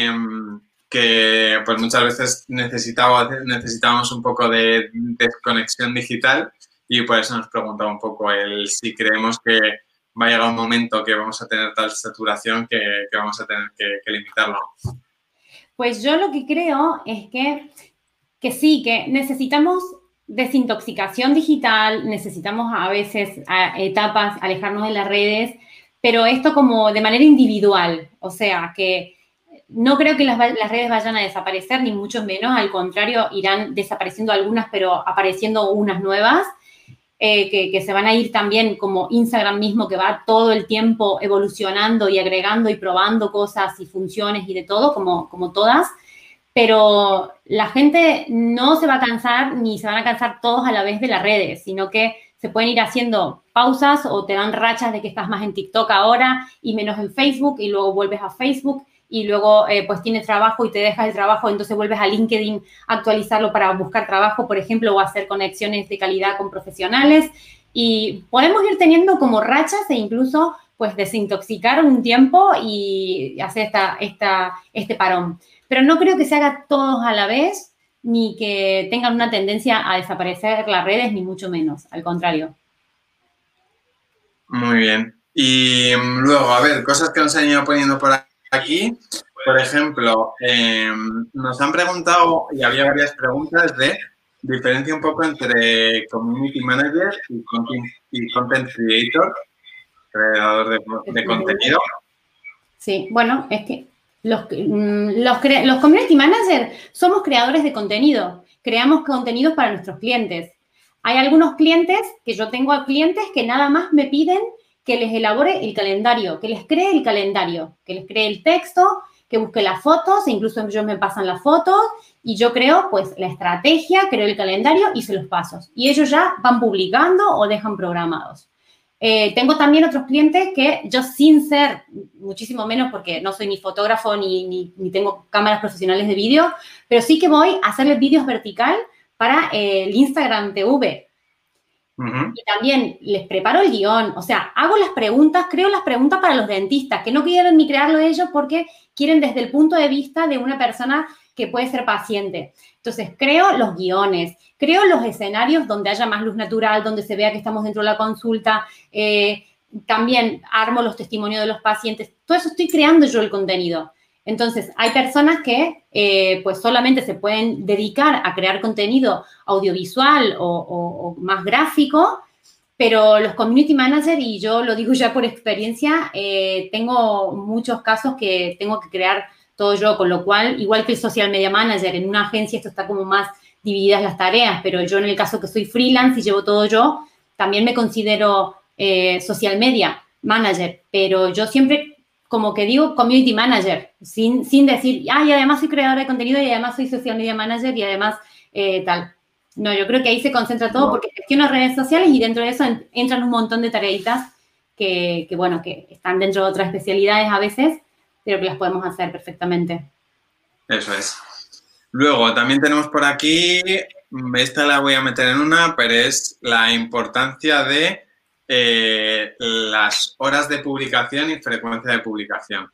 que pues muchas veces necesitábamos un poco de desconexión digital y por eso nos preguntaba un poco si creemos que va a llegar un momento que vamos a tener tal saturación que vamos a tener que limitarlo.
Pues yo lo que creo es que sí, que necesitamos desintoxicación digital, necesitamos a veces etapas, alejarnos de las redes, pero esto como de manera individual, o sea, que no creo que las redes vayan a desaparecer, ni mucho menos, al contrario, irán desapareciendo algunas, pero apareciendo unas nuevas. Que se van a ir también como Instagram mismo, que va todo el tiempo evolucionando y agregando y probando cosas y funciones y de todo, como todas. Pero la gente no se va a cansar ni se van a cansar todos a la vez de las redes, sino que se pueden ir haciendo pausas o te dan rachas de que estás más en TikTok ahora y menos en Facebook y luego vuelves a Facebook y luego pues tienes trabajo y te dejas el trabajo, entonces vuelves a LinkedIn a actualizarlo para buscar trabajo, por ejemplo, o hacer conexiones de calidad con profesionales. Y podemos ir teniendo como rachas e incluso pues desintoxicar un tiempo y hacer este parón. Pero no creo que se haga todos a la vez, ni que tengan una tendencia a desaparecer las redes, ni mucho menos, al contrario.
Muy bien. Y luego, a ver, cosas que nos han ido poniendo por aquí. Por ejemplo, nos han preguntado, y había varias preguntas de diferencia un poco entre Community Manager y Content Creator, creador de contenido.
Sí, bueno, es que los Community Managers somos creadores de contenido. Creamos contenidos para nuestros clientes. Hay algunos clientes, que yo tengo clientes que nada más me piden que les elabore el calendario, que les cree el calendario, que les cree el texto, que busque las fotos, e incluso ellos me pasan las fotos y yo creo, pues, la estrategia, creo el calendario y se los paso. Y ellos ya van publicando o dejan programados. Tengo también otros clientes que yo sin ser, muchísimo menos porque no soy ni fotógrafo ni tengo cámaras profesionales de vídeo, pero sí que voy a hacerles vídeos vertical para el Instagram TV. Y también les preparo el guión, o sea, hago las preguntas, creo las preguntas para los dentistas, que no quieren ni crearlo ellos porque quieren desde el punto de vista de una persona que puede ser paciente. Entonces, creo los guiones, creo los escenarios donde haya más luz natural, donde se vea que estamos dentro de la consulta, también armo los testimonios de los pacientes, todo eso estoy creando yo el contenido. Entonces, hay personas que pues solamente se pueden dedicar a crear contenido audiovisual o más gráfico, pero los community managers, y yo lo digo ya por experiencia, tengo muchos casos que tengo que crear todo yo, con lo cual, igual que el social media manager, en una agencia esto está como más divididas las tareas, pero yo en el caso que soy freelance y llevo todo yo, también me considero social media manager, pero yo siempre como que digo community manager, sin decir, y además soy creadora de contenido y además soy social media manager y además tal. No, yo creo que ahí se concentra todo porque gestiono redes sociales y dentro de eso entran un montón de tareitas que, bueno, que están dentro de otras especialidades a veces, pero que las podemos hacer perfectamente.
Eso es. Luego, también tenemos por aquí, esta la voy a meter en una, pero es la importancia de las horas de publicación y frecuencia de publicación.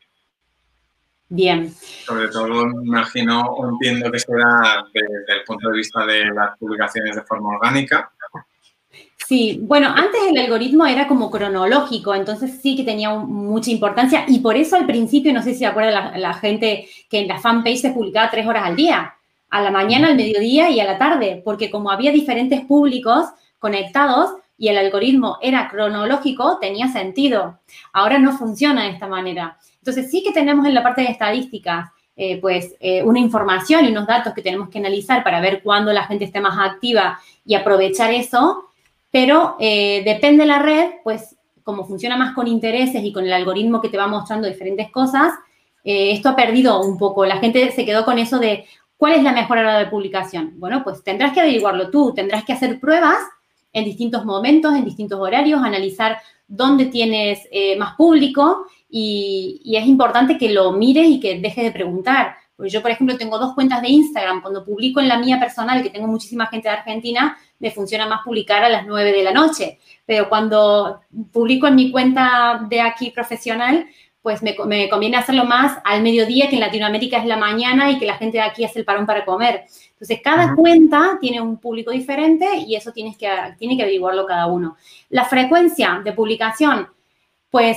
Bien.
Sobre todo, me imagino o entiendo que será desde el punto de vista de las publicaciones de forma orgánica.
Sí, bueno, antes el algoritmo era como cronológico, entonces sí que tenía mucha importancia y por eso al principio, no sé si se acuerda la gente que en la fanpage se publicaba 3 horas al día, a la mañana, al mediodía y a la tarde, porque como había diferentes públicos conectados y el algoritmo era cronológico, tenía sentido. Ahora no funciona de esta manera. Entonces sí que tenemos en la parte de estadísticas una información y unos datos que tenemos que analizar para ver cuándo la gente esté más activa y aprovechar eso. Pero depende de la red, pues como funciona más con intereses y con el algoritmo que te va mostrando diferentes cosas, esto ha perdido un poco. La gente se quedó con eso de ¿cuál es la mejor hora de publicación? Bueno, pues tendrás que averiguarlo tú, tendrás que hacer pruebas en distintos momentos, en distintos horarios, analizar dónde tienes más público y es importante que lo mires y que dejes de preguntar. Porque yo, por ejemplo, tengo 2 cuentas de Instagram. Cuando publico en la mía personal, que tengo muchísima gente de Argentina, me funciona más publicar a las 9 de la noche. Pero cuando publico en mi cuenta de aquí profesional, pues me conviene hacerlo más al mediodía, que en Latinoamérica es la mañana y que la gente de aquí hace el parón para comer. Entonces, cada cuenta tiene un público diferente y eso tiene que averiguarlo cada uno. La frecuencia de publicación, pues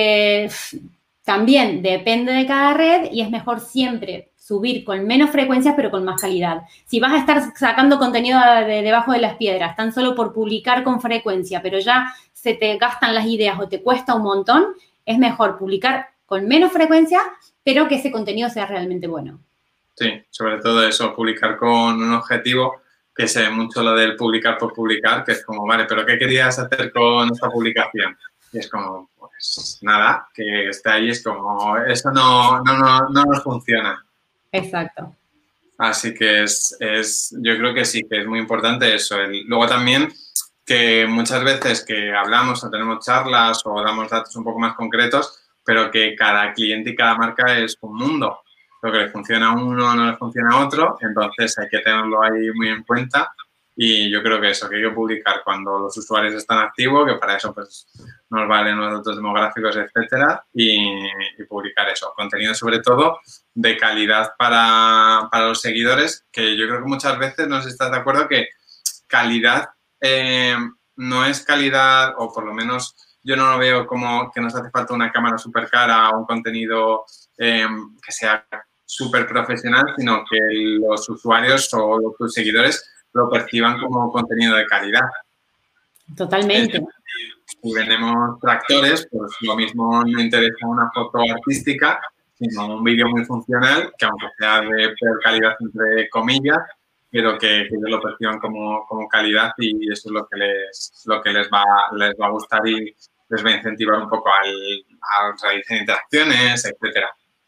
también depende de cada red y es mejor siempre subir con menos frecuencia pero con más calidad. Si vas a estar sacando contenido de debajo de las piedras, tan solo por publicar con frecuencia, pero ya se te gastan las ideas o te cuesta un montón, es mejor publicar con menos frecuencia, pero que ese contenido sea realmente bueno.
Sí, sobre todo eso, publicar con un objetivo, que se ve mucho lo del publicar por publicar, que es como, vale, pero ¿qué querías hacer con esta publicación? Y es como, pues nada, que esté ahí, es como, eso no nos funciona.
Exacto.
Así que yo creo que sí, que es muy importante eso. Luego también que muchas veces que hablamos o tenemos charlas o damos datos un poco más concretos, pero que cada cliente y cada marca es un mundo. Lo que le funciona a uno no le funciona a otro, entonces hay que tenerlo ahí muy en cuenta. Y yo creo que eso, que hay que publicar cuando los usuarios están activos, que para eso pues nos valen los datos demográficos, etcétera, y publicar eso. Contenido sobre todo de calidad para los seguidores, que yo creo que muchas veces, no sé si estás de acuerdo, que calidad no es calidad, o por lo menos yo no lo veo como que nos hace falta una cámara súper cara o un contenido que sea súper profesional, sino que los usuarios o tus seguidores lo perciban como contenido de calidad.
Totalmente.
Si vendemos tractores, pues lo mismo no interesa una foto artística, sino un vídeo muy funcional, que aunque sea de peor calidad, entre comillas, pero que ellos lo perciban como calidad y eso es lo que les va a gustar y les va a incentivar un poco a realizar interacciones, etcétera.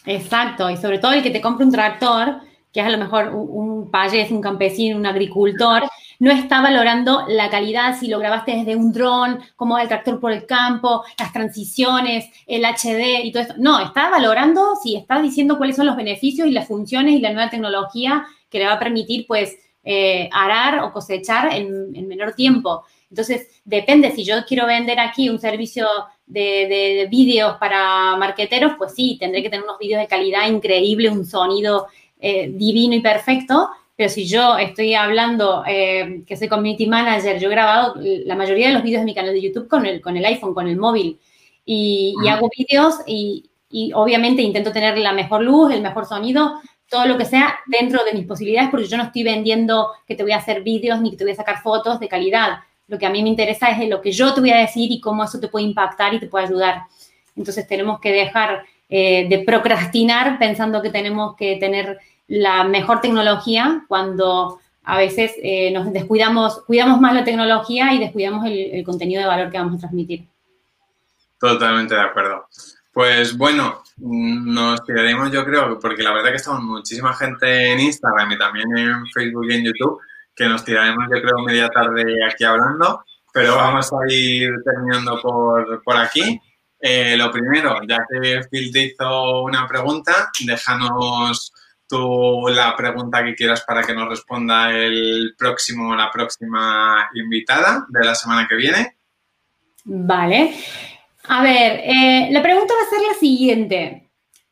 Exacto, y sobre todo el que te compra un tractor, que es a lo mejor un payés, un campesino, un agricultor, no está valorando la calidad si lo grabaste desde un dron, cómo va el tractor por el campo, las transiciones, el HD y todo esto. No, está valorando si está diciendo cuáles son los beneficios y las funciones y la nueva tecnología que le va a permitir, pues, arar o cosechar en menor tiempo. Entonces, depende, si yo quiero vender aquí un servicio de vídeos para marqueteros, pues sí, tendré que tener unos vídeos de calidad increíble, un sonido divino y perfecto, pero si yo estoy hablando que soy community manager, yo he grabado la mayoría de los vídeos de mi canal de YouTube con el iPhone, con el móvil, y hago vídeos y obviamente intento tener la mejor luz, el mejor sonido, todo lo que sea dentro de mis posibilidades, porque yo no estoy vendiendo que te voy a hacer vídeos ni que te voy a sacar fotos de calidad. Lo que a mí me interesa es lo que yo te voy a decir y cómo eso te puede impactar y te puede ayudar. Entonces tenemos que dejar de procrastinar pensando que tenemos que tener la mejor tecnología cuando a veces nos descuidamos, cuidamos más la tecnología y descuidamos el contenido de valor que vamos a transmitir.
Totalmente de acuerdo. Pues bueno, nos quedaremos yo creo, porque la verdad que estamos muchísima gente en Instagram y también en Facebook y en YouTube, que nos tiraremos yo creo media tarde aquí hablando, pero vamos a ir terminando por aquí. Lo primero, ya que Phil te hizo una pregunta, déjanos tú la pregunta que quieras para que nos responda la próxima invitada de la semana que viene.
Vale. A ver, la pregunta va a ser la siguiente.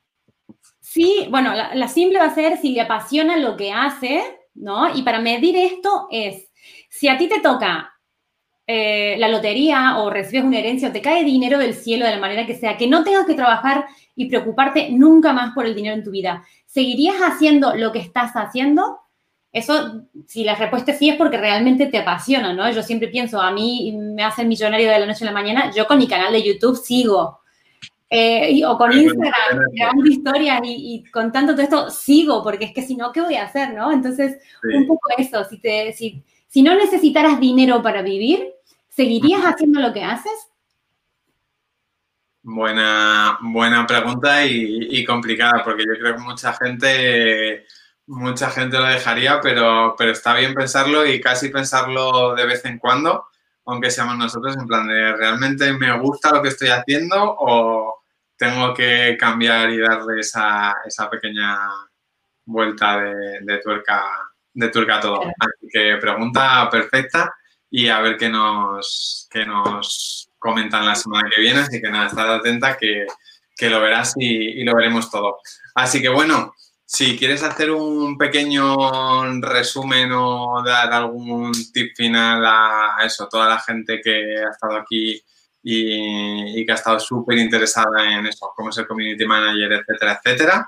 Sí, bueno, la simple va a ser si le apasiona lo que hace, ¿no? Y para medir esto es, si a ti te toca la lotería o recibes una herencia o te cae dinero del cielo de la manera que sea, que no tengas que trabajar y preocuparte nunca más por el dinero en tu vida, ¿seguirías haciendo lo que estás haciendo? Eso, si la respuesta es sí, es porque realmente te apasiona, ¿no? Yo siempre pienso, a mí me hacen millonario de la noche a la mañana, yo con mi canal de YouTube sigo. O con Instagram, grabando historias y contando todo esto, sigo, porque es que si no, ¿qué voy a hacer, no? Entonces, sí. Un poco eso, si no necesitaras dinero para vivir, ¿seguirías haciendo lo que haces?
Buena pregunta y complicada, porque yo creo que mucha gente lo dejaría, pero está bien pensarlo y casi pensarlo de vez en cuando, aunque seamos nosotros, en plan de ¿realmente me gusta lo que estoy haciendo o tengo que cambiar y darle esa pequeña vuelta de tuerca a todo? Así que pregunta perfecta y a ver qué nos comentan la semana que viene, así que nada, estad atenta que lo verás y lo veremos todo. Así que bueno, si quieres hacer un pequeño resumen o dar algún tip final a eso, toda la gente que ha estado aquí y que ha estado súper interesada en eso, cómo ser community manager, etcétera, etcétera,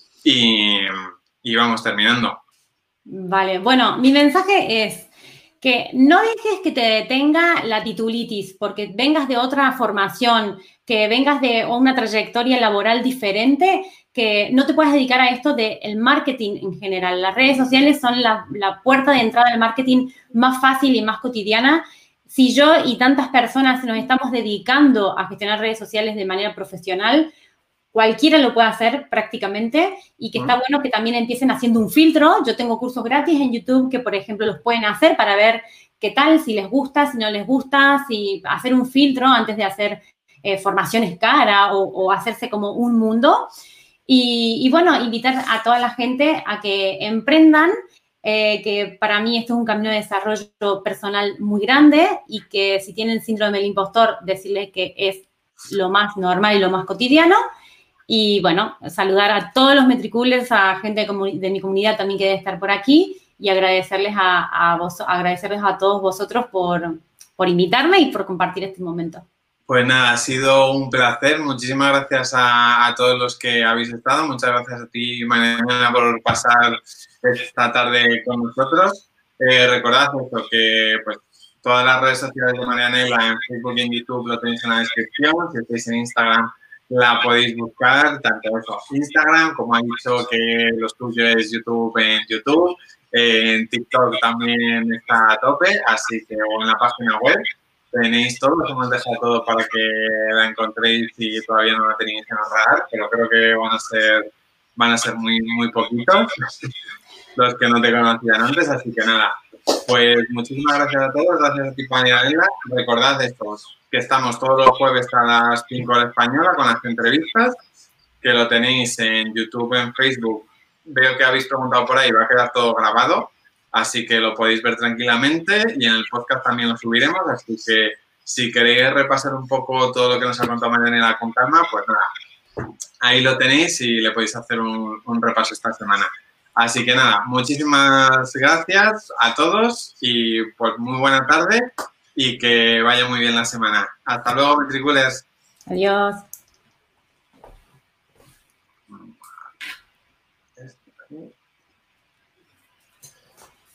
y vamos terminando.
Vale, bueno, mi mensaje es que no dejes que te detenga la titulitis, porque vengas de otra formación, que vengas de una trayectoria laboral diferente, que no te puedas dedicar a esto del marketing en general. Las redes sociales son la puerta de entrada al marketing más fácil y más cotidiana. Si yo y tantas personas nos estamos dedicando a gestionar redes sociales de manera profesional, cualquiera lo puede hacer prácticamente y que está bueno que también empiecen haciendo un filtro. Yo tengo cursos gratis en YouTube que, por ejemplo, los pueden hacer para ver qué tal, si les gusta, si no les gusta, si hacer un filtro antes de hacer formaciones caras o hacerse como un mundo. Y bueno, invitar a toda la gente a que emprendan, que para mí esto es un camino de desarrollo personal muy grande y que si tienen síndrome del impostor, decirles que es lo más normal y lo más cotidiano. Y bueno, saludar a todos los metricoolers, a gente de mi comunidad también que debe estar por aquí y agradecerles agradecerles a todos vosotros por invitarme y por compartir este momento.
Pues nada, ha sido un placer. Muchísimas gracias a todos los que habéis estado. Muchas gracias a ti, Mariana, por pasar esta tarde con nosotros. Recordad esto, que pues todas las redes sociales de Marianela en Facebook y en YouTube lo tenéis en la descripción. Si estáis en Instagram, la podéis buscar, tanto eso, Instagram, como ha dicho que lo suyo es YouTube en YouTube. En TikTok también está a tope, así que o en la página web. tenéis todo, os hemos dejado todo para que la encontréis si todavía no la tenéis en el radar, pero creo que van a ser muy, muy poquitos los que no te conocían antes, así que nada, pues muchísimas gracias a todos, gracias a ti, Marianela. Recordad esto, que estamos todos los jueves a las 5 hora española con las entrevistas, que lo tenéis en YouTube, en Facebook. Veo que habéis preguntado por ahí, va a quedar todo grabado, así que lo podéis ver tranquilamente y en el podcast también lo subiremos, así que si queréis repasar un poco todo lo que nos ha contado Marianela con calma, pues nada, ahí lo tenéis y le podéis hacer un repaso esta semana. Así que nada, muchísimas gracias a todos y pues muy buena tarde y que vaya muy bien la semana. Hasta luego, Metriculers.
Adiós.